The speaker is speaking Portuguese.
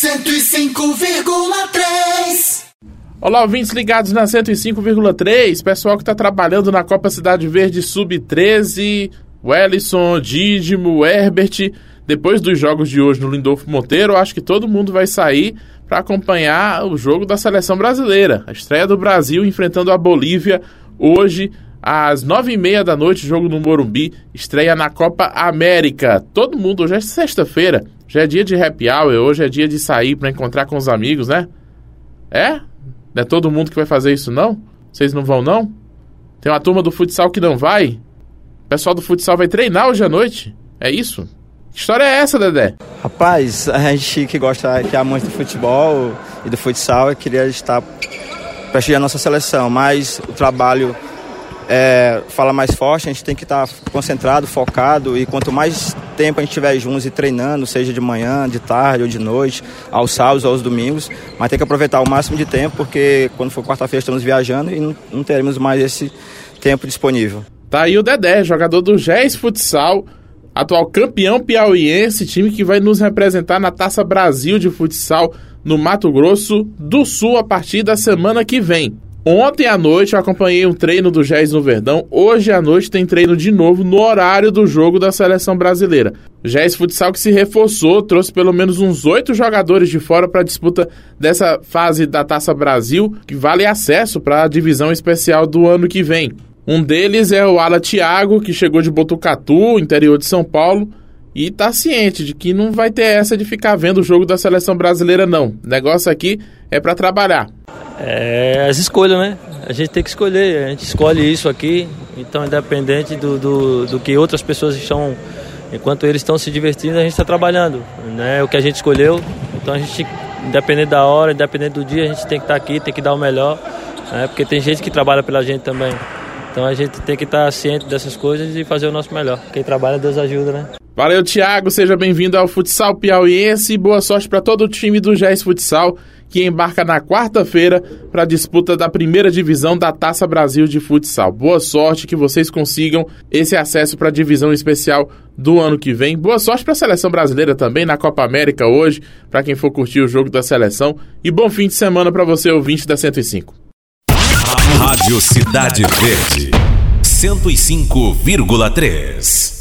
105,3. Olá, ouvintes ligados na 105,3, pessoal que está trabalhando na Copa Cidade Verde Sub-13, Wellison, Dídimo, Herbert. Depois dos jogos de hoje no Lindolfo Monteiro, eu acho que todo mundo vai sair para acompanhar o jogo da seleção brasileira. A estreia do Brasil enfrentando a Bolívia hoje às 9h30 da noite, jogo no Morumbi, estreia na Copa América. Todo mundo, hoje é sexta-feira, já é dia de happy hour, hoje é dia de sair para encontrar com os amigos, né? É? Não é todo mundo que vai fazer isso, não? Vocês não vão, não? Tem uma turma do futsal que não vai? O pessoal do futsal vai treinar hoje à noite? É isso? Que história é essa, Dedé? Rapaz, a gente que gosta, que é amante do futebol e do futsal, queria estar prestigiando a nossa seleção, mas o trabalho fala mais forte, a gente tem que estar concentrado, focado, e quanto mais tempo a gente estiver juntos e treinando, seja de manhã, de tarde ou de noite, aos sábados ou aos domingos, mas tem que aproveitar o máximo de tempo, porque quando for quarta-feira estamos viajando e não teremos mais esse tempo disponível. Tá aí o Dedé, jogador do GES Futsal, atual campeão piauiense, time que vai nos representar na Taça Brasil de Futsal no Mato Grosso do Sul a partir da semana que vem. Ontem à noite eu acompanhei um treino do GES no Verdão. Hoje à noite tem treino de novo no horário do jogo da seleção brasileira. O GES Futsal que se reforçou, trouxe pelo menos uns 8 jogadores de fora para a disputa dessa fase da Taça Brasil, que vale acesso para a divisão especial do ano que vem. Um deles é o ala Thiago, que chegou de Botucatu, interior de São Paulo, e tá ciente de que não vai ter essa de ficar vendo o jogo da seleção brasileira, não. O negócio aqui é para trabalhar. As escolhas, né? A gente tem que escolher, a gente escolhe isso aqui, então independente do que outras pessoas estão, enquanto eles estão se divertindo, a gente está trabalhando, né? O que a gente escolheu, então a gente, independente da hora, independente do dia, a gente tem que estar aqui, tem que dar o melhor, né? Porque tem gente que trabalha pela gente também, então a gente tem que estar ciente dessas coisas e fazer o nosso melhor. Quem trabalha, Deus ajuda, né? Valeu, Thiago, seja bem-vindo ao Futsal Piauiense e boa sorte para todo o time do GES Futsal, que embarca na quarta-feira para a disputa da primeira divisão da Taça Brasil de Futsal. Boa sorte, que vocês consigam esse acesso para a divisão especial do ano que vem. Boa sorte para a seleção brasileira também na Copa América hoje, para quem for curtir o jogo da seleção. E bom fim de semana para você, ouvinte da 105. Rádio Cidade Verde, 105,3.